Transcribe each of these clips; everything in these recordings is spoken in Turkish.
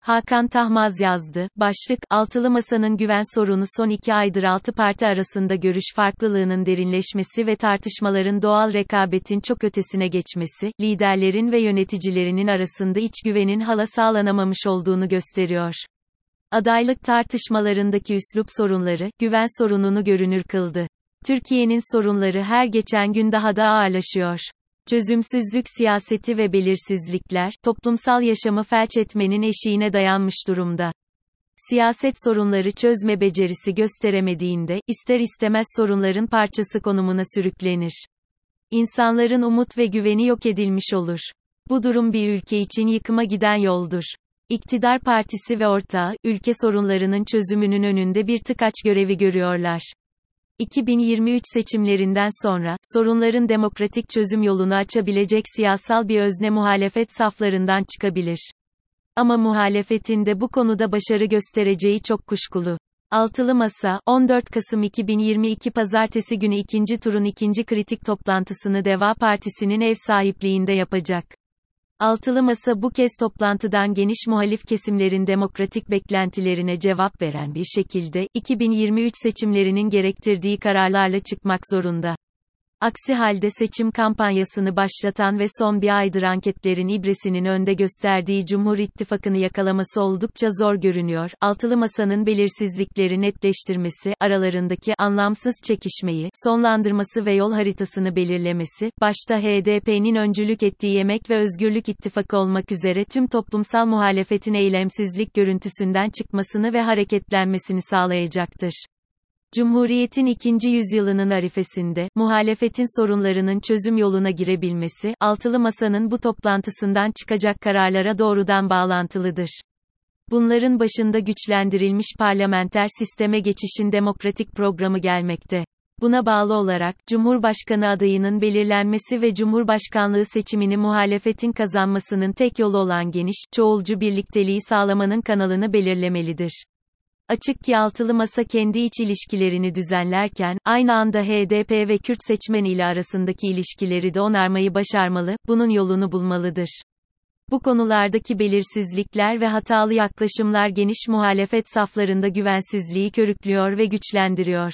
Hakan Tahmaz yazdı. Başlık, Altılı Masa'nın güven sorunu. Son 2 aydır 6 parti arasında görüş farklılığının derinleşmesi ve tartışmaların doğal rekabetin çok ötesine geçmesi, liderlerin ve yöneticilerinin arasında iç güvenin hala sağlanamamış olduğunu gösteriyor. Adaylık tartışmalarındaki üslup sorunları, güven sorununu görünür kıldı. Türkiye'nin sorunları her geçen gün daha da ağırlaşıyor. Çözümsüzlük siyaseti ve belirsizlikler, toplumsal yaşamı felç etmenin eşiğine dayanmış durumda. Siyaset sorunları çözme becerisi gösteremediğinde, ister istemez sorunların parçası konumuna sürüklenir. İnsanların umut ve güveni yok edilmiş olur. Bu durum bir ülke için yıkıma giden yoldur. İktidar partisi ve ortağı, ülke sorunlarının çözümünün önünde bir tıkaç görevi görüyorlar. 2023 seçimlerinden sonra, sorunların demokratik çözüm yolunu açabilecek siyasal bir özne muhalefet saflarından çıkabilir. Ama muhalefetin de bu konuda başarı göstereceği çok kuşkulu. Altılı Masa, 14 Kasım 2022 Pazartesi günü ikinci turun ikinci kritik toplantısını Deva Partisi'nin ev sahipliğinde yapacak. Altılı Masa bu kez toplantıdan geniş muhalif kesimlerin demokratik beklentilerine cevap veren bir şekilde, 2023 seçimlerinin gerektirdiği kararlarla çıkmak zorunda. Aksi halde seçim kampanyasını başlatan ve son bir aydır anketlerin ibresinin önde gösterdiği Cumhur İttifakı'nı yakalaması oldukça zor görünüyor. Altılı Masa'nın belirsizlikleri netleştirmesi, aralarındaki anlamsız çekişmeyi sonlandırması ve yol haritasını belirlemesi, başta HDP'nin öncülük ettiği Emek ve Özgürlük İttifakı olmak üzere tüm toplumsal muhalefetin eylemsizlik görüntüsünden çıkmasını ve hareketlenmesini sağlayacaktır. Cumhuriyetin 2. yüzyılının arifesinde, muhalefetin sorunlarının çözüm yoluna girebilmesi, Altılı Masa'nın bu toplantısından çıkacak kararlara doğrudan bağlantılıdır. Bunların başında güçlendirilmiş parlamenter sisteme geçişin demokratik programı gelmekte. Buna bağlı olarak, Cumhurbaşkanı adayının belirlenmesi ve Cumhurbaşkanlığı seçimini muhalefetin kazanmasının tek yolu olan geniş, çoğulcu birlikteliği sağlamanın kanalını belirlemelidir. Açık ki Altılı Masa kendi iç ilişkilerini düzenlerken, aynı anda HDP ve Kürt seçmeni ile arasındaki ilişkileri de onarmayı başarmalı, bunun yolunu bulmalıdır. Bu konulardaki belirsizlikler ve hatalı yaklaşımlar geniş muhalefet saflarında güvensizliği körüklüyor ve güçlendiriyor.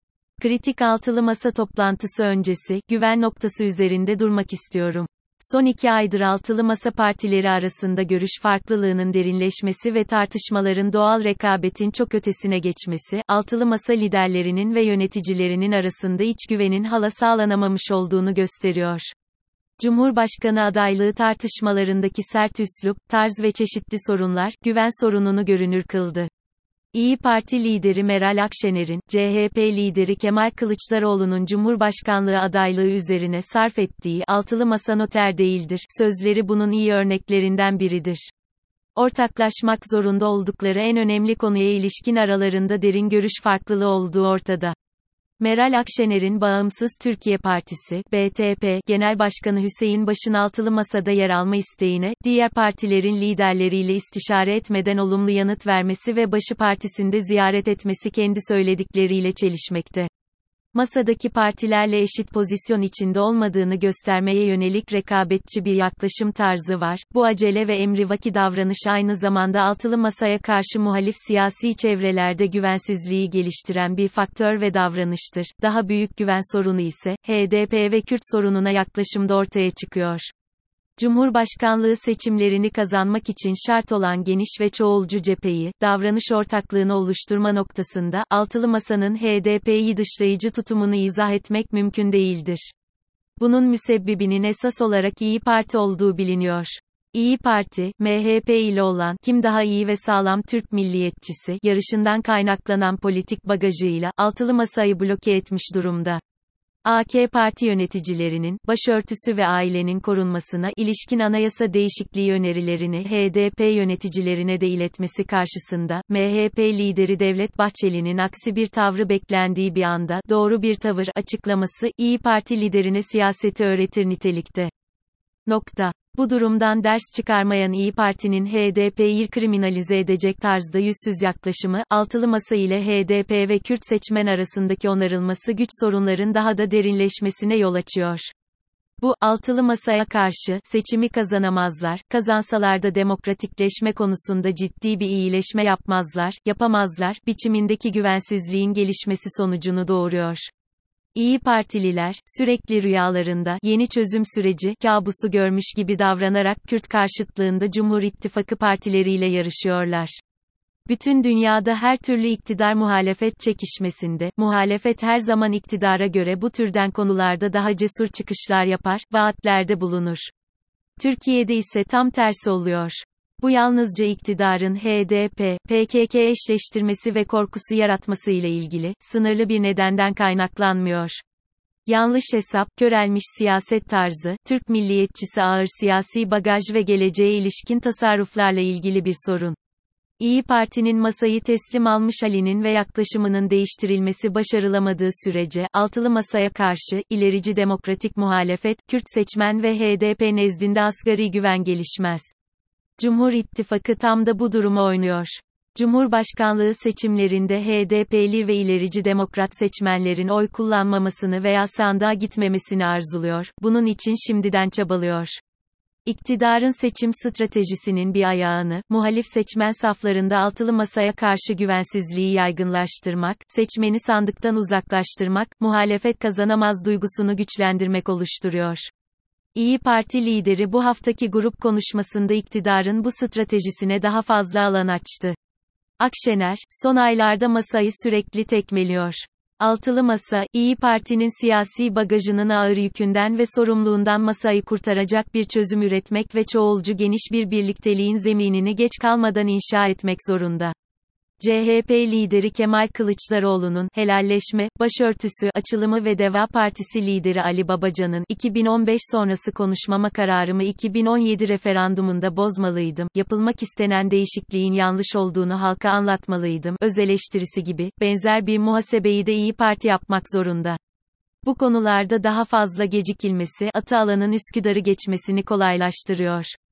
Kritik Altılı Masa toplantısı öncesi, güven noktası üzerinde durmak istiyorum. Son 2 aydır Altılı Masa partileri arasında görüş farklılığının derinleşmesi ve tartışmaların doğal rekabetin çok ötesine geçmesi, Altılı Masa liderlerinin ve yöneticilerinin arasında iç güvenin hala sağlanamamış olduğunu gösteriyor. Cumhurbaşkanı adaylığı tartışmalarındaki sert üslup, tarz ve çeşitli sorunlar, güven sorununu görünür kıldı. İyi Parti lideri Meral Akşener'in, CHP lideri Kemal Kılıçdaroğlu'nun Cumhurbaşkanlığı adaylığı üzerine sarf ettiği "Altılı Masa noter değildir" sözleri bunun iyi örneklerinden biridir. Ortaklaşmak zorunda oldukları en önemli konuya ilişkin aralarında derin görüş farklılığı olduğu ortada. Meral Akşener'in Bağımsız Türkiye Partisi, BTP, Genel Başkanı Hüseyin Baş'ın Altılı Masa'da yer alma isteğine, diğer partilerin liderleriyle istişare etmeden olumlu yanıt vermesi ve Baş'ı partisinde ziyaret etmesi kendi söyledikleriyle çelişmekte. Masadaki partilerle eşit pozisyon içinde olmadığını göstermeye yönelik rekabetçi bir yaklaşım tarzı var. Bu acele ve emrivaki davranış aynı zamanda Altılı Masa'ya karşı muhalif siyasi çevrelerde güvensizliği geliştiren bir faktör ve davranıştır. Daha büyük güven sorunu ise, HDP ve Kürt sorununa yaklaşımda ortaya çıkıyor. Cumhurbaşkanlığı seçimlerini kazanmak için şart olan geniş ve çoğulcu cepheyi, davranış ortaklığını oluşturma noktasında, Altılı Masa'nın HDP'yi dışlayıcı tutumunu izah etmek mümkün değildir. Bunun müsebbibinin esas olarak İyi Parti olduğu biliniyor. İyi Parti, MHP ile olan, kim daha iyi ve sağlam Türk milliyetçisi, yarışından kaynaklanan politik bagajıyla, Altılı Masa'yı bloke etmiş durumda. AK Parti yöneticilerinin, başörtüsü ve ailenin korunmasına ilişkin anayasa değişikliği önerilerini HDP yöneticilerine de iletmesi karşısında, MHP lideri Devlet Bahçeli'nin aksi bir tavrı beklendiği bir anda, doğru bir tavır açıklaması, İyi Parti liderine siyaseti öğretir nitelikte. Bu durumdan ders çıkarmayan İyi Parti'nin HDP'yi kriminalize edecek tarzda yüzsüz yaklaşımı, Altılı Masa ile HDP ve Kürt seçmen arasındaki onarılması güç sorunların daha da derinleşmesine yol açıyor. Bu, altılı masaya karşı, seçimi kazanamazlar, kazansalar da demokratikleşme konusunda ciddi bir iyileşme yapamazlar, biçimindeki güvensizliğin gelişmesi sonucunu doğuruyor. İyi Partililer, sürekli rüyalarında, yeni çözüm süreci, kabusu görmüş gibi davranarak Kürt karşıtlığında Cumhur İttifakı partileriyle yarışıyorlar. Bütün dünyada her türlü iktidar-muhalefet çekişmesinde, muhalefet her zaman iktidara göre bu türden konularda daha cesur çıkışlar yapar, vaatlerde bulunur. Türkiye'de ise tam tersi oluyor. Bu yalnızca iktidarın HDP, PKK eşleştirmesi ve korkusu yaratması ile ilgili, sınırlı bir nedenden kaynaklanmıyor. Yanlış hesap, körelmiş siyaset tarzı, Türk milliyetçisi ağır siyasi bagaj ve geleceğe ilişkin tasarruflarla ilgili bir sorun. İyi Parti'nin masayı teslim almış halinin ve yaklaşımının değiştirilmesi başarılamadığı sürece, altılı masaya karşı, ilerici demokratik muhalefet, Kürt seçmen ve HDP nezdinde asgari güven gelişmez. Cumhur İttifakı tam da bu durumu oynuyor. Cumhurbaşkanlığı seçimlerinde HDP'li ve ilerici demokrat seçmenlerin oy kullanmamasını veya sandığa gitmemesini arzuluyor, bunun için şimdiden çabalıyor. İktidarın seçim stratejisinin bir ayağını, muhalif seçmen saflarında altılı masaya karşı güvensizliği yaygınlaştırmak, seçmeni sandıktan uzaklaştırmak, muhalefet kazanamaz duygusunu güçlendirmek oluşturuyor. İyi Parti lideri bu haftaki grup konuşmasında iktidarın bu stratejisine daha fazla alan açtı. Akşener, son aylarda masayı sürekli tekmeliyor. Altılı masa, İyi Parti'nin siyasi bagajının ağır yükünden ve sorumluluğundan masayı kurtaracak bir çözüm üretmek ve çoğulcu geniş bir birlikteliğin zeminini geç kalmadan inşa etmek zorunda. CHP lideri Kemal Kılıçdaroğlu'nun helalleşme, başörtüsü açılımı ve Deva Partisi lideri Ali Babacan'ın 2015 sonrası konuşmama kararımı 2017 referandumunda bozmalıydım, yapılmak istenen değişikliğin yanlış olduğunu halka anlatmalıydım, öz eleştirisi gibi, benzer bir muhasebeyi de İyi Parti yapmak zorunda. Bu konularda daha fazla gecikilmesi, Atalan'ın Üsküdar'ı geçmesini kolaylaştırıyor.